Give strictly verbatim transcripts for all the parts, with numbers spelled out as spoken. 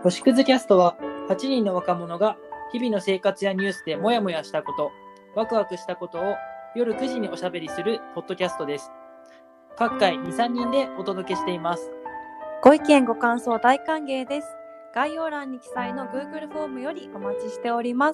星屑キャストははちにんの若者が日々の生活やニュースでモヤモヤしたこと、ワクワクしたことを夜くじにおしゃべりするポッドキャストです。各回に、さんにんでお届けしています。 ご意見ご感想大歓迎です。概要欄に記載の Google フォームよりお待ちしております。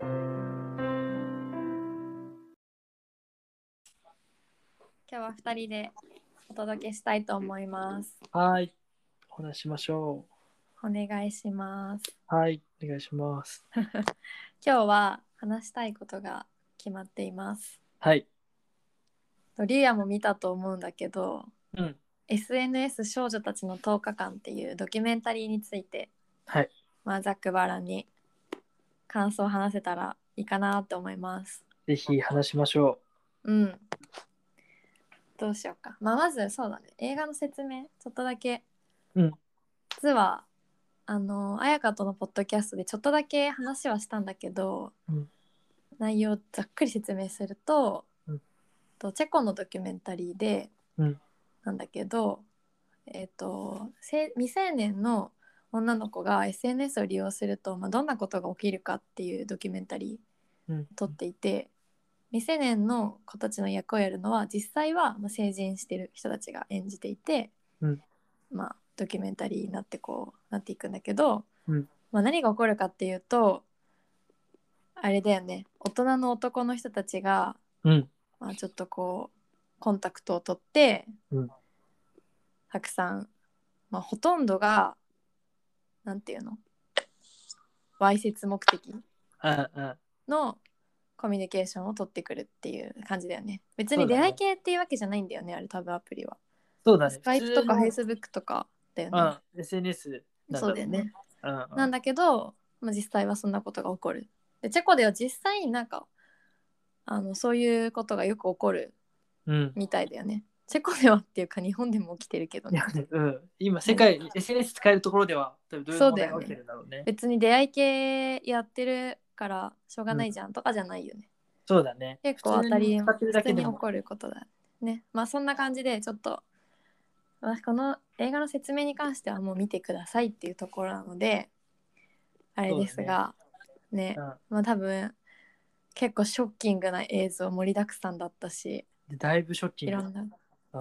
今日はふたりでお届けしたいと思います。 はい、お話しましょう。お願いします。 はい、お願いします。 今日は話したいことが決まっています。 はい。 リュウヤも見たと思うんだけど、 うん、 エスエヌエス 少女たちのとおかかんっていうドキュメンタリーについて、 はい、 まあ、ざっくばらんに感想を話せたらいいかなと思います。 ぜひ話しましょう。うん。どうしようか。まあ、まずそうだね。映画の説明ちょっとだけ。 うん。 実はあの彩香とのポッドキャストでちょっとだけ話はしたんだけど、 うん、 内容をざっくり説明すると、 うん、 とチェコのドキュメンタリーで、 うん、 なんだけど、えっと未成年の女の子が エスエヌエス を利用すると、まあ、どんなことが起きるかっていうドキュメンタリーを撮っていて、うん、未成年の子たちの役をやるのは実際は成人してる人たちが演じていて、 うん、 まあ、ドキュメンタリーになってこうなっていくんだけど、 うんまあ、何が起こるかっていうとあれだよね、大人の男の人たちが、 うんまあ、ちょっとこうコンタクトを取って、 うん、 たくさん、まあ、ほとんどがなんていうのわいせつ目的のコミュニケーションを取ってくるっていう感じだよね。別に出会い系っていうわけじゃないんだよね、あれ多分アプリは。 そうだね。 スカイプとかフェイスブックとかだよね。 うん、エスエヌエス なんだろうね。そうだよね。 うんうん、 なんだけど、まあ、実際はそんなことが起こる。でチェコでは実際になんかあのそういうことがよく起こるみたいだよね。うん、チェコではっていうか日本でも起きてるけどね。 いや、うん、今世界、うん、エスエヌエス 使えるところではどういう問題が起きてるんだろうね。 ね、別に出会い系やってるからしょうがないじゃんとかじゃないよね。うん、 そうだね。 結構当たり普通に起こることだね。まあそんな感じでちょっと私この映画の説明に関してはもう見てくださいっていうところなのであれですがね、ね、うん、まあ多分結構ショッキングな映像盛りだくさんだったし、 だいぶショッキング。 いろんな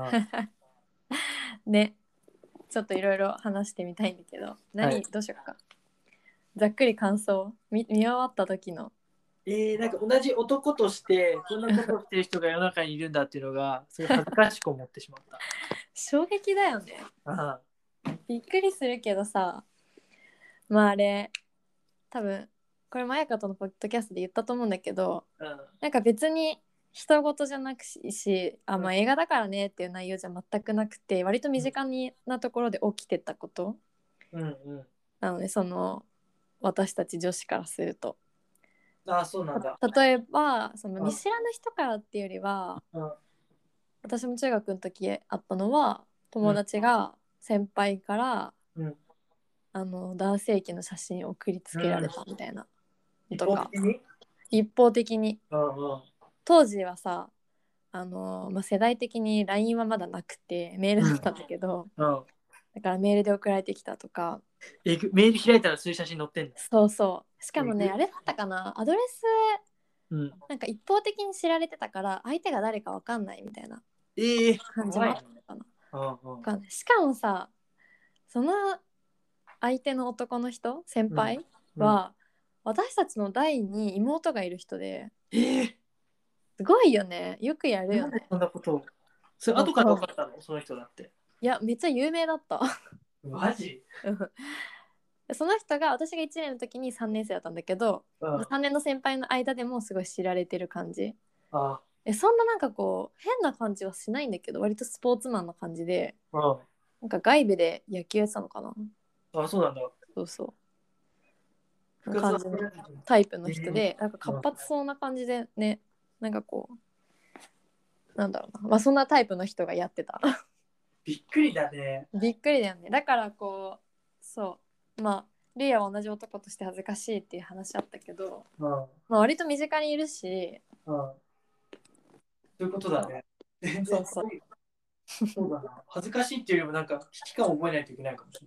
ね、ちょっといろいろ話してみたいんだけど、何、はい、どうしようか。ざっくり感想 見, 見終わった時の。 えー、なんか同じ男としてこんなことをしてる人が世の中にいるんだっていうのがすごい恥ずかしく思ってしまった。 衝撃だよね。 ああ、 びっくりするけどさ、まああれ多分これも彩香とのポッドキャストで言ったと思うんだけど、うん、なんか別に人事じゃなくし、あ、まあ、映画だからねっていう内容じゃ全くなくて、割と身近なところで起きてたこと、 うんうん、 なのでその私たち女子からすると、 あ、そうなんだ。 例えばその見知らぬ人からっていうよりは、うん、私も中学の時あったのは友達が先輩から、うん、あの男性器の写真を送りつけられたみたいな、 うん、とか一方的に一方的に、 うんうん、 当時はさあの、まあ、世代的に ライン はまだなくてメールだったんだけど、うんうん、だからメールで送られてきたとか、 えメール開いたらそういう写真載ってんの？ そうそう、しかもねあれだったかな、アドレス、うん、なんか一方的に知られてたから相手が誰か分かんないみたいな感じもあったのかな、えーうんうん、しかもさその相手の男の人先輩は、うんうん、私たちの代に妹がいる人で、 えー、 すごいよね、よくやるよね。 なんでそんなことを。それ後から分かったの？その人だって。 いやめっちゃ有名だった。 マジ？ その人が私がいちねんの時にさんねん生だったんだけど、うん、さんねんの先輩の間でもすごい知られてる感じ。ああ、えそんななんかこう変な感じはしないんだけど、割とスポーツマンな感じで、ああ、なんか外部で野球やってたのかな。 あ、そうなんだ。 そうそう感じのタイプの人で、なんか活発そうな感じでね、なんかこうなんだろうな、まあそんなタイプの人がやってた。 びっくりだね。 びっくりだよね。だからこうそうまあリエは同じ男として恥ずかしいっていう話あったけど、うん、まあ割と身近にいるし、 うん、そういうことだね。全然そうそうそうだな。恥ずかしいっていうよりもなんか危機感を覚えないといけないかもしれない。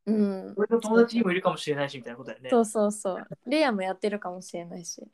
うん。 俺の友達にもいるかもしれないしみたいなことだよね。 そうそうそう。レアもやってるかもしれないし。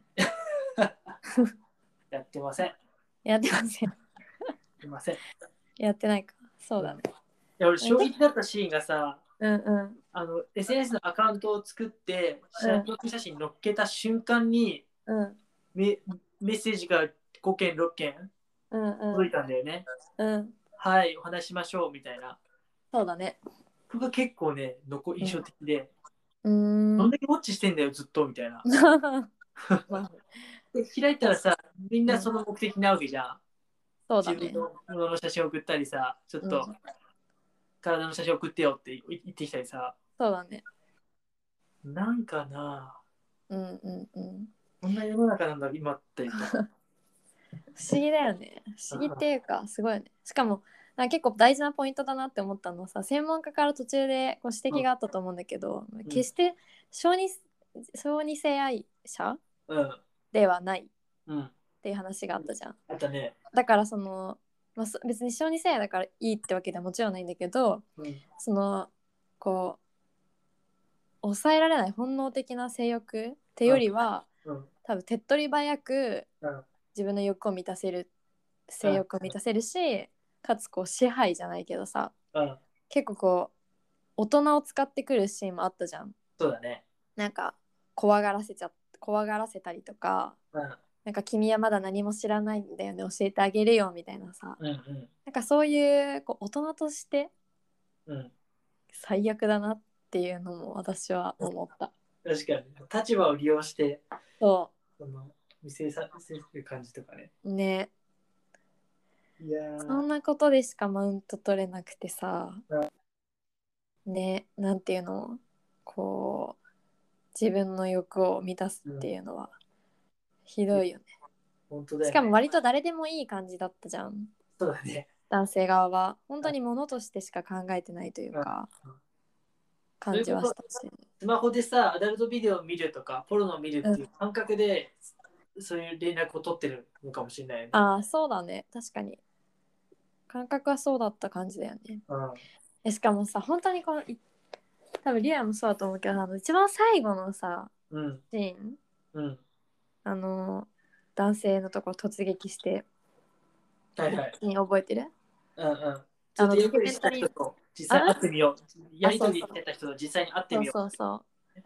やってません。 やってません。 すいません。 やってないか。そうだね。いや俺衝撃だったシーンがさ、 うんうん、 あの エスエヌエス のアカウントを作って写真写真載っけた瞬間に、 うん、 メ, メッセージがごけんろっけん届いたんだよね。 うんうん、 はい、お話しましょうみたいな。 そうだね。 僕が結構ね、残印象的で、 うん、 どんだけウォッチしてんだよ、ずっとみたいな。 まあ、 で開いたらさ、みんなその目的なわけじゃん。 そうだね。 自分のものの写真を送ったりさ、ちょっと体の写真送ってよって言ってきたりさ。 そうだね。 なんかな、 うんうんうん。 こんな世の中なんだ、今っていうと。 不思議だよね。不思議っていうか、すごいよね。しかも、なんか結構大事なポイントだなって思ったのはさ、専門家から途中でご指摘があったと思うんだけど、うん、決して小児小児性愛者、うん、ではないっていう話があったじゃん。 あったね。 だからその、まあ、別に小児性愛だからいいってわけではもちろんないんだけど、うん、そのこう抑えられない本能的な性欲ってよりは、うん、多分手っ取り早く自分の欲を満たせる、性欲を満たせるし、かつこう支配じゃないけどさ、うん、結構こう大人を使ってくるシーンもあったじゃん。 そうだね。 なんか怖がらせちゃ怖がらせたりとか、うん、なんか君はまだ何も知らないんだよね、教えてあげるよみたいなさ、うんうん、なんかそういう、こう大人として最悪だなっていうのも私は思った。 確かに立場を利用してそうその見せさせる感じとかね。 ね。 いやそんなことでしかマウント取れなくてさ、うん、ね、なんていうの、こう自分の欲を満たすっていうのはひどいよね。 本当だよね。 しかも割と誰でもいい感じだったじゃん。 そうだね。 男性側は本当に物としてしか考えてないというか、うん、感じはしたし。 スマホでさ、アダルトビデオを見るとか、ポロノを見るっていう感覚で、うん、そういう連絡を取ってるのかもしれないよね。 ああ、そうだね。確かに。感覚はそうだった感じだよね。うん、しかもさ、本当にこの、多分リアもそうだと思うけど、あの一番最後のさ、うん、シーン、うん、あの男性のところ突撃して、 はいはい。 に覚えてる？ うんうん。ちょっとやりとりした人と実際会ってみよう。やりとりしてた人と実際に会ってみよう。 そうそうそう。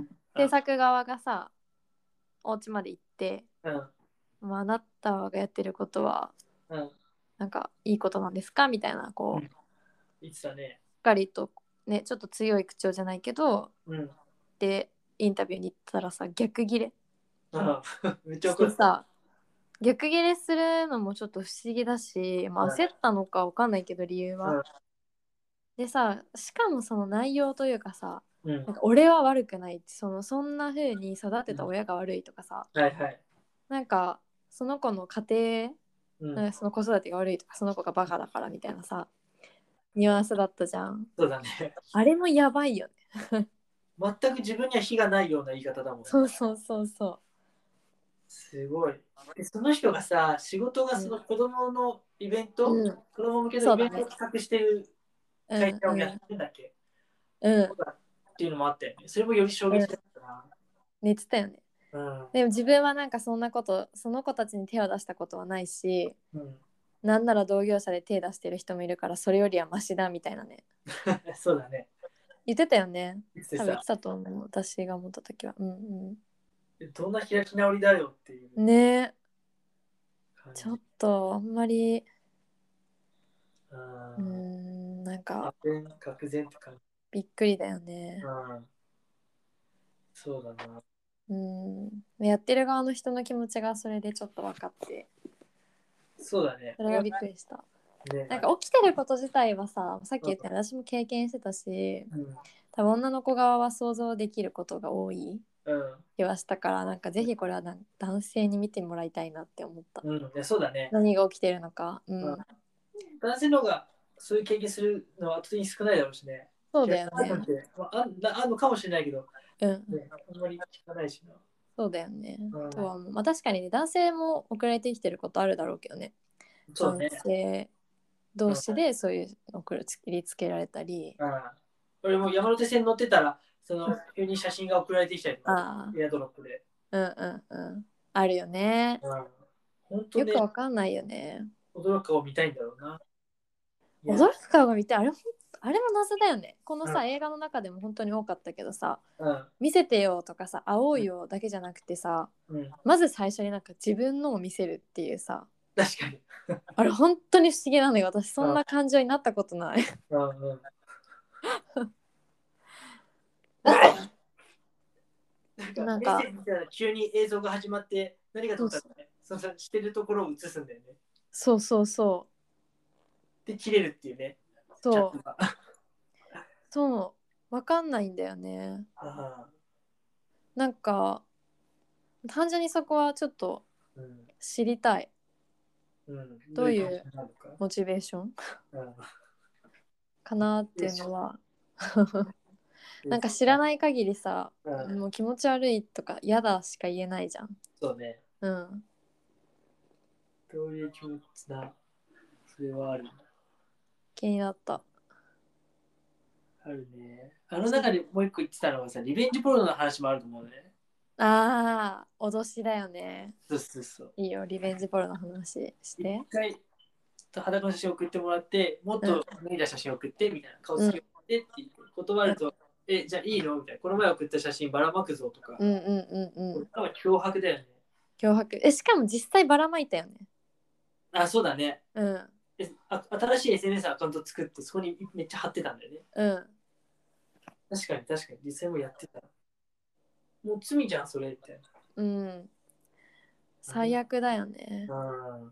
制作側がさ、お家まで行って、うん、まあ、あなたがやってることは、うん、なんかいいことなんですかみたいな、こう、うん、 言ってたね。 しっかりとね、ちょっと強い口調じゃないけど、うん、でインタビューに行ったらさ、逆ギレめっちゃ怒ってさ、逆ギレするのもちょっと不思議だし、まあ、焦ったのか分かんないけど理由は、うん、でさ、しかもその内容というかさ、うん、なんか俺は悪くないって、そのそんな風に育てた親が悪いとかさ、うん、はいはい、なんかその子の家庭、うん、その子育てが悪いとか、その子がバカだからみたいなさニュアンスだったじゃん。 そうだね。 あれもやばいよね全く自分には非がないような言い方だもんね。 そうそうそうそう。 すごい。でその人がさ、仕事がその子供のイベント、うん、子供向けのイベントを企画してる会社をやってんだっけ、うん、うん、っていうのもあったよね。それもより衝撃だったな。 うん、寝てたよね。うん、でも自分はなんかそんなこと、その子たちに手を出したことはないし、うん、なんなら同業者で手出してる人もいるからそれよりはマシだみたいなねそうだね。 言ってたよね。多分言ってたと思う、私が思った時は。うんうん。 どんな開き直りだよっていう。 ね。ちょっとあんまり、うん、なんか愕然って感じ。 びっくりだよね。 そうだな。 うん。やってる側の人の気持ちがそれでちょっと分かって。 そうだね。 それがびっくりした。ね、なんか起きてること自体はさ、さっき言ったように私も経験してたし、うん、多分女の子側は想像できることが多い気はしたから、なんかぜひこれは男性に見てもらいたいなって思った。 うん、いやそうだね。 何が起きてるのか。うん。うん、 男性の方がそういう経験するのは圧倒的に少ないだろうしね。 そうだよね。 まあ、ああるのかもしれないけど、うんね、あんまり聞かないしな。 そうだよね。うん、とはまあ、確かにね、男性も送られてきてることあるだろうけどね。そうね。男性同士でそういう送りつけられたり、 俺も山手線乗ってたら、その急に写真が送られてきたりとか、エアドロップで。 うんうんうん。あるよね。うん、本当ね、よくわかんないよね。 驚く顔見たいんだろうな。 驚く顔が見たい。あれあれも謎だよね。このさ、うん、映画の中でも本当に多かったけどさ、うん、見せてよとかさ、会おうよだけじゃなくてさ、うん、まず最初になんか自分のを見せるっていうさ、 確かにあれ本当に不思議なのよ。私そんな感情になったことない。うんうんなんかメッセージみたいな急に映像が始まって何が撮ったのね、そのしてるところを映すんだよね。 そうそうそう。 で切れるっていうね。 そう。そうわかんないんだよね。なんか単純にそこはちょっと知りたい。うんうん、どういうモチベーション、うん、かなっていうのはなんか知らない限りさ、うん、もう気持ち悪いとか嫌だしか言えないじゃん。 そうね。うん。どういう気持ちだ。それはある。 気になった。 あるね。あの中でもう一個言ってたのはさ、リベンジポルノの話もあると思うね。 ああ、脅しだよね。 そうそうそう。 いいよ、リベンジポルノの話して。 一回裸の写真送ってもらって、もっと脱いだ写真送ってみたいな、顔つきを送ってって断ると、うん、え、じゃあいいのみたいな。この前送った写真ばらまくぞとか。うんうんうんうん。脅迫だよね。 脅迫。え、しかも実際ばらまいたよね。 あ、そうだね。うん。あ、新しい エスエヌエス アカウント作ってそこにめっちゃ貼ってたんだよね。うん。確かに確かに実際もやってた。もう罪じゃんそれみたいな。うん。 最悪だよね。うん。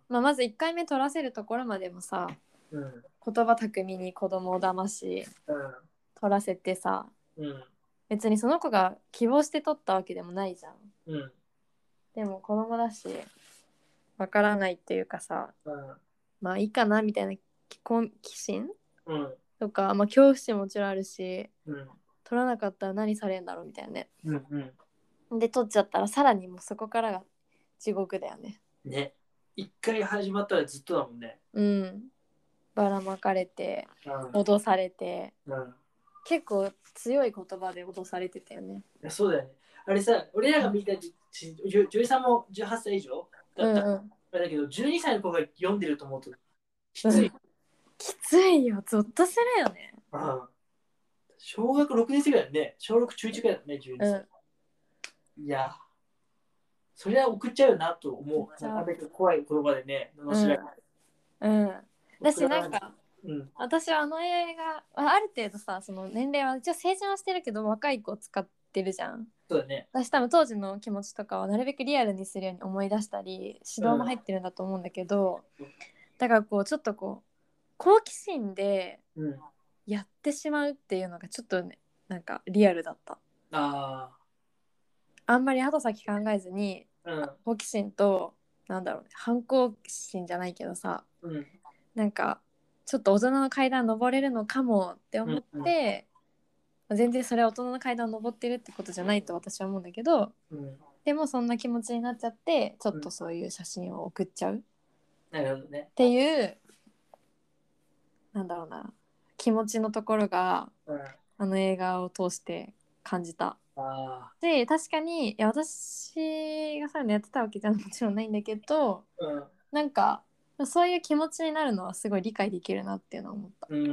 まあ、まずいっかいめ取らせるところまでもさ、うん、言葉巧みに子供を騙し、うん、取らせてさ、うん、別にその子が希望して取ったわけでもないじゃん。うん、でも子供だしわからないっていうかさ、うん、まあいいかなみたいな好奇心、うん、とか、まあ、恐怖心ももちろんあるし、うん、取らなかったら何されるんだろうみたいなね、うんうん、で取っちゃったらさらにもうそこからが地獄だよね。 ね、一回始まったらずっとだもんね。 うん、ばらまかれて、うん、脅されて、うん、結構強い言葉で脅されてたよね。 いやそうだよね。あれさ、俺らが見たじ女優さんもじゅうはっさい以上だった、うんうん、だけどじゅうにさいの子が読んでると思うときつい、うん、 きついよ、ゾッとするよね。 うん、小学ろくねん生ぐらいだね。小ろく中いちぐらいだね、じゅうにさい、うん、いやそれは送っちゃうよなと思う。なんか怖い言葉でね、罵られて、うん、うん、 だしなんか、うん、私はあの映画ある程度さ、その年齢は一応成人はしてるけど若い子を使ってるじゃん。 そうだね。 私多分当時の気持ちとかはなるべくリアルにするように思い出したり指導も入ってるんだと思うんだけど、うん、だからこうちょっとこう好奇心でやってしまうっていうのがちょっとね、なんかリアルだった。ああんまり後先考えずに、うん、好奇心となんだろうね、反抗心じゃないけどさ、うん、なんかちょっと大人の階段登れるのかもって思って、うんうん、全然それは大人の階段を登ってるってことじゃないと私は思うんだけど、うん、でもそんな気持ちになっちゃってちょっとそういう写真を送っちゃう、うん、 なるほどねっていうなんだろうな気持ちのところが、うん、あの映画を通して感じた。あで確かにいや私がそういうのやってたわけじゃもちろんないんだけど、うん、なんかそういう気持ちになるのはすごい理解できるなっていうのは思った。うん、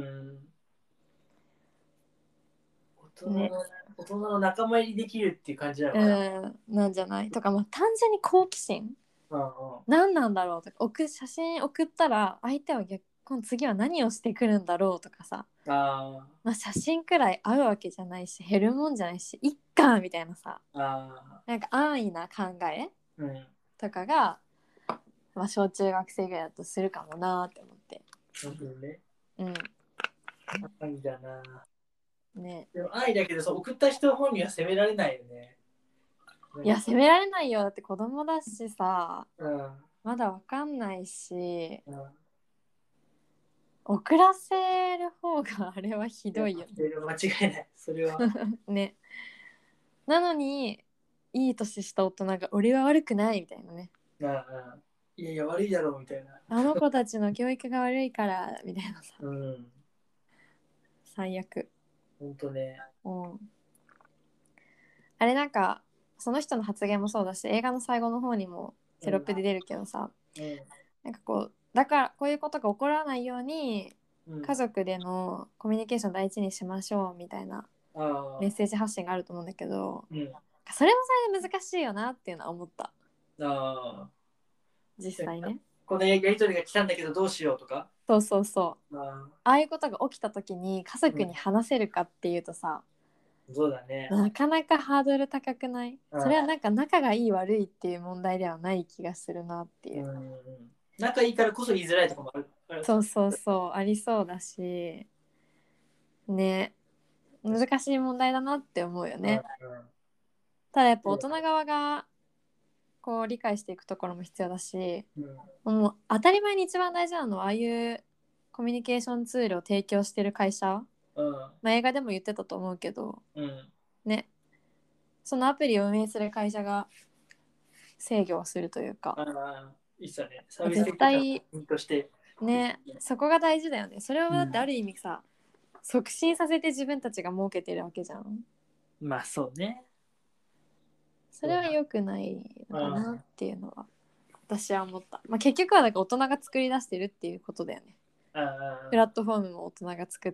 大人の、ね、大人の仲間入りできるっていう感じなのかな、 うん、なんじゃないとか、まあ、単純に好奇心、うんうん、何なんだろうとか送写真送ったら相手は逆今次は何をしてくるんだろうとかさ、あ、まあ、写真くらい合うわけじゃないし減るもんじゃないしいっかみたいなさ、あ、なんか安易な考え、うん、とかが、まあ、小中学生ぐらいだとするかもなって思って。 本当にね。うん。安易だな。ね。でも安易だけどさ、送った人本人は責められないよね。 いや責められないよ、だって子供だしさ、うん、まだわかんないし、うん、送らせる方があれはひどいよね。 間違いないそれはね。なのにいい年した大人が俺は悪くないみたいなね。 ああ、いやいや悪いだろうみたいな。 あの子たちの教育が悪いからみたいなさ、うん、最悪。 ほんとね。 うん。あれなんかその人の発言もそうだし、映画の最後の方にもテロップで出るけどさ、うん、なんかこうだからこういうことが起こらないように、うん、家族でのコミュニケーション大事にしましょうみたいなメッセージ発信があると思うんだけど、うん、それもそれで難しいよなっていうのは思った。あ、実際ね。 このやり取りが来たんだけどどうしようとか。 そうそうそう。あ, ああいうことが起きた時に家族に話せるかっていうとさ、 うん、そうだね。 なかなかハードル高くない？それはなんか仲がいい悪いっていう問題ではない気がするなっていう。うん、 仲いいからこそ言いづらいとかもある。 そうそうそう、ありそうだしね、難しい問題だなって思うよね。うんうん、ただやっぱ大人側がこう理解していくところも必要だし、うん、もう当たり前に一番大事なのはああいうコミュニケーションツールを提供してる会社、うん、まあ、映画でも言ってたと思うけど、うん、ね、そのアプリを運営する会社が制御をするというか、 あいいっすよね、サービス的なとしてね、そこが大事だよね。それをだってある意味さ、うん、促進させて自分たちが儲けてるわけじゃん。 まあそうね。 それは良くないのかなっていうのは私は思った。まあ、結局はだから大人が作り出してるっていうことだよね。プラットフォームも大人が作って、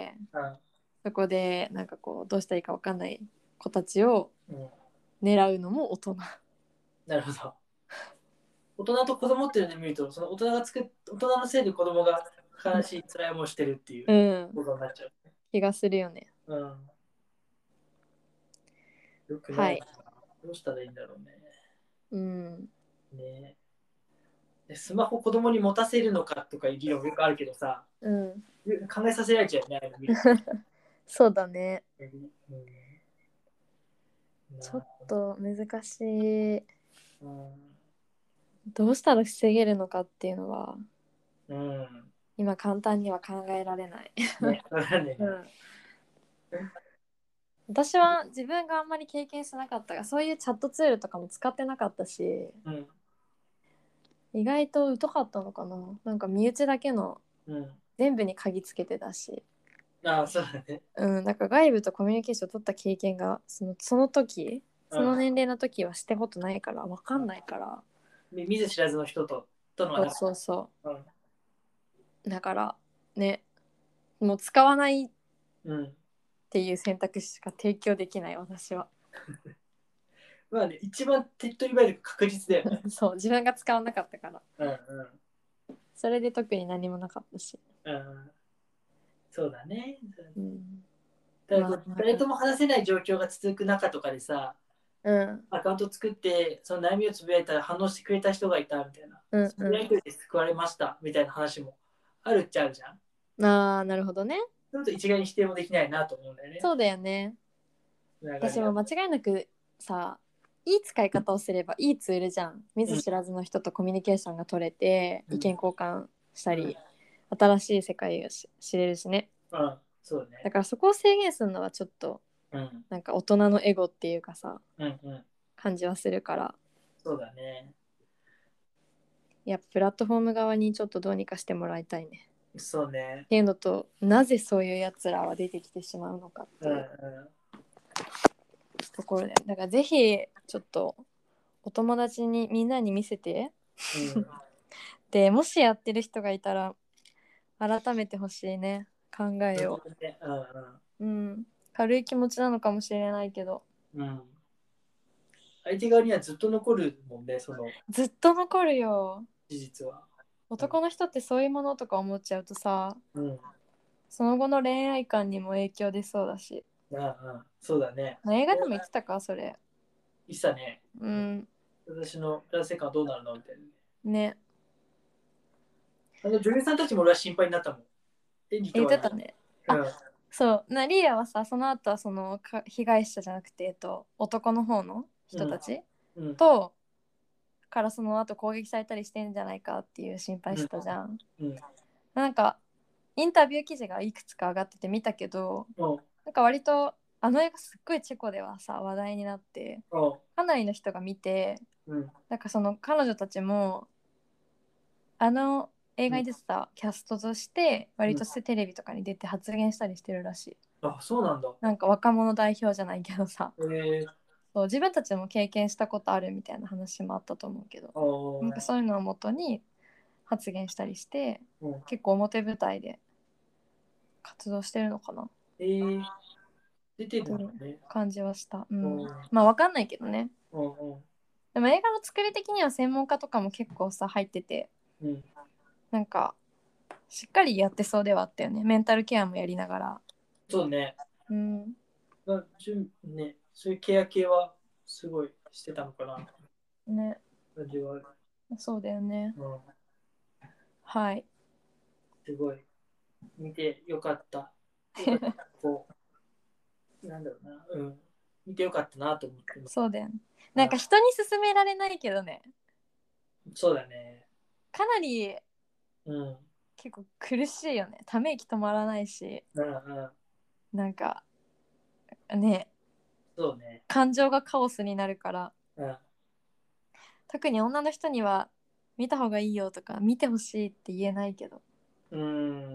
そこでなんかこうどうしたらいいか分かんない子たちを狙うのも大人。うん、 なるほど。大人と子供っていうので見ると、その大人が作っ大人のせいで子供が悲しい辛い思いをしてるっていうことになっちゃう、 うん、気がするよね。うん。 よくないな、はい、どうしたらいいんだろうね。うん。ね。スマホ子供に持たせるのかとかいう議論よくあるけどさ、うん、考えさせられちゃうよね。 そうだね。うん、ちょっと難しい。うん、どうしたら防げるのかっていうのは、うん、今簡単には考えられない。ね、ね、うん、私は自分があんまり経験しなかったが、そういうチャットツールとかも使ってなかったし、うん、意外と疎かったのかな。なんか身内だけの、うん、全部に鍵つけてたし。 ああ、そうだね。 うん、なんか外部とコミュニケーション取った経験がそのその時、その年齢の時はしてことないから分かんないから。 うん、見ず知らずの人ととのそうそうそう。うん、だからね、もう使わないっていう選択肢しか提供できない私は。 まあね、一番手っ取り早い確実だよね。 そう、自分が使わなかったから。うんうん。それで特に何もなかったし。 うん。そうだね。うん、だから誰とも話せない状況が続く中とかでさ、うん、アカウント作ってその悩みをつぶやいたら反応してくれた人がいたみたいな、うんうん、そのやりとりで救われましたみたいな話もあるっちゃあるじゃん。 ああ、なるほどね。 ちょっと一概に否定もできないなと思うんだよね。 そうだよね。私も間違いなくさ、いい使い方をすればいいツールじゃん。見ず知らずの人とコミュニケーションが取れて、うん、意見交換したり、うん、新しい世界を知れるしね。うん、そうね。だからそこを制限するのはちょっと、うん、なんか大人のエゴっていうかさ、うんうん、感じはするから。 そうだね。 いや、プラットフォーム側にちょっとどうにかしてもらいたいね。 そうね。 っていうのと、なぜそういうやつらは出てきてしまうのかっていう。うんうん、ところで、だからぜひちょっとお友達にみんなに見せて、うん、でもしやってる人がいたら改めてほしいね、考えを、うんうん、軽い気持ちなのかもしれないけど、うん、 相手側にはずっと残るもんね、そのずっと残るよ、 事実は。 男の人ってそういうものとか思っちゃうとさ、うん、その後の恋愛観にも影響出そうだし。 ああ、そうだね。 映画でも言ってたか、それ。 言ってたね。うん。私の男性観どうなるのみたいな。ね。あの女優さんたちも俺は心配になったもん。 言ってたね。うん、あ、そうな、リーアはさ、その後はそのか被害者じゃなくて、えっと、男の方の人たち、うんうん、とからその後攻撃されたりしてんじゃないかっていう心配したじゃん。うんうん、なんかインタビュー記事がいくつか上がってて見たけど、うん、なんか割とあの映画すっごいチェコではさ話題になって、かなりの人が見て、うん、なんかその彼女たちもあの映画に出てたキャストとして割とテレビとかに出て発言したりしてるらしい。 あ、そうなんだ。 なんか若者代表じゃないけどさ、 えー、 そう自分たちも経験したことあるみたいな話もあったと思うけど、なんかそういうのをもとに発言したりして、うん、結構表舞台で活動してるのかな。 えー、出てるのね。 感じはした。うん、まあわかんないけどね。うんうん、でも映画の作り的には専門家とかも結構さ入ってて、うん、なんかしっかりやってそうではあったよね。メンタルケアもやりながら。 そうね。うん。まあ、ね、そういうケア系はすごいしてたのかな。ね。感じは。 そうだよね。うん、はい。 すごい。見てよかった。こう、なんだろうな。うん。見てよかったなと思ってます。 そうだよね。なんか人に勧められないけどね。 そうだね。 かなり、うん、結構苦しいよね。ため息止まらないし。うんうん、なんか、ね。 そうね。 感情がカオスになるから。うん、特に女の人には見た方がいいよとか見てほしいって言えないけど。 うん、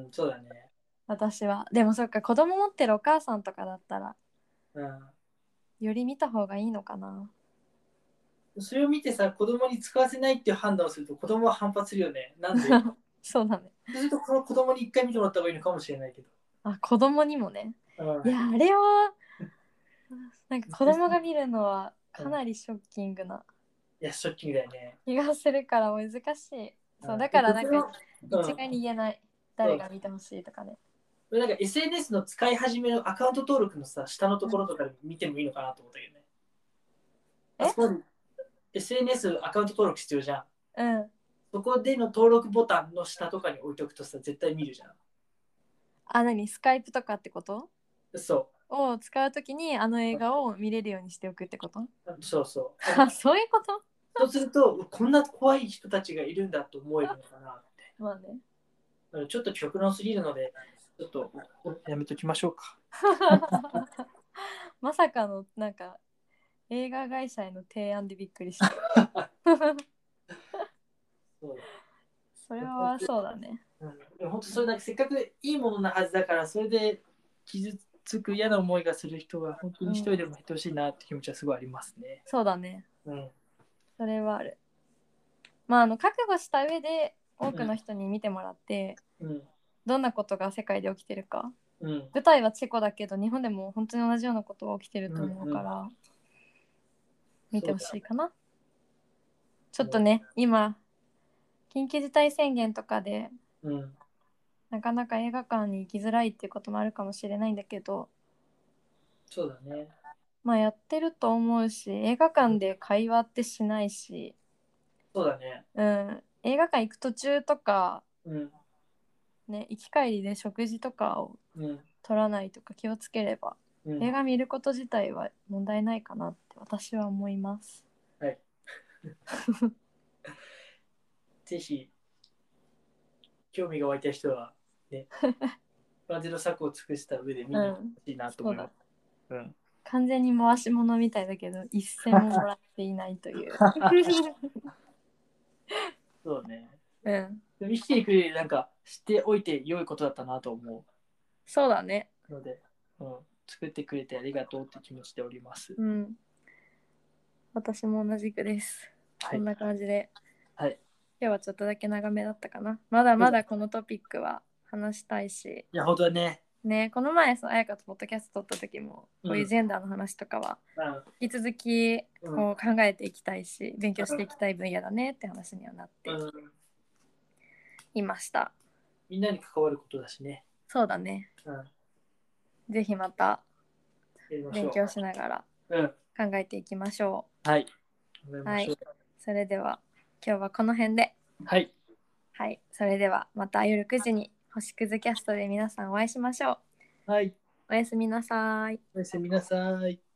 そうだね。 私は。でもそっか、子供持ってるお母さんとかだったら、うん、より見た方がいいのかな。 それを見てさ、子供に使わせないっていう判断をすると子供は反発するよね。なんでそうだね。 そうするとこの子供に一回見てもらった方がいいのかもしれないけど。 あ、子供にもね。うん、いや、あれは、なんか子供が見るのはかなりショッキングな。 いや、ショッキングだよね。 気がするから難しい。そう、だからなんか一概に言えない。うん、誰が見てほしいとかね。 これなんか エスエヌエス の使い始めのアカウント登録のさ、下のところとかで見てもいいのかなと思ったけどね。あそこに エスエヌエス アカウント登録必要じゃん。うん。そこでの登録ボタンの下とかに置いておくとさ、絶対見るじゃん。 あ、何スカイプとかってこと？ そう。 を使うときにあの映画を見れるようにしておくってこと？ そうそう。 あ、そういうこと？ そうすると、こんな怖い人たちがいるんだと思えるのかなって。 まあね。 ちょっと極論すぎるので、ちょっとやめときましょうか。 まさかのなんか映画会社への提案でびっくりした。そうだ。それはそうだね。 うん、本当それだけせっかくいいものなはずだから、それで傷つく嫌な思いがする人が本当に一人でも減ってほしいなって気持ちはすごいありますね。 うん、そうだね。うん。それはある。まああの覚悟した上で多くの人に見てもらって、うん、どんなことが世界で起きてるか。うん、舞台はチェコだけど日本でも本当に同じようなことが起きてると思うから、うんうん、見てほしいかな。ちょっとね、今緊急事態宣言とかで、うん、なかなか映画館に行きづらいっていうこともあるかもしれないんだけど、 そうだね。 まあやってると思うし、映画館で会話ってしないし、 そうだね。 うん、映画館行く途中とか、うん、ね、行き帰りで食事とかを取らないとか気をつければ、うん、映画見ること自体は問題ないかなって私は思います。はい。 ぜひ興味が湧いた人はね、万全の策を尽くした上で見に行ってほしいなと思います。 うん、うん、完全に回し物みたいだけど一銭ももらっていないというそうね。うん。生きていく上でなんか知っておいて良いことだったなと思う。 そうだね。 ので、うん、作ってくれてありがとうって気持ちでおります。 うん。私も同じくです。はい、こんな感じで。はい。今日はちょっとだけ長めだったかな。まだまだこのトピックは話したいし。 いや、本当はね。 ね、この前、あやかとポッドキャスト撮った時も、こういうジェンダーの話とかは、引き続きこう考えていきたいし、勉強していきたい分野だねって話にはなっていました。 みんなに関わることだしね。 そうだね。うん、ぜひまた勉強しながら考えていきましょう。 はい。 はい。それでは今日はこの辺で。 はい。 はい。それではまた夜くじに星屑キャストで皆さんお会いしましょう。 はい。 おやすみなさい。 おやすみなさい。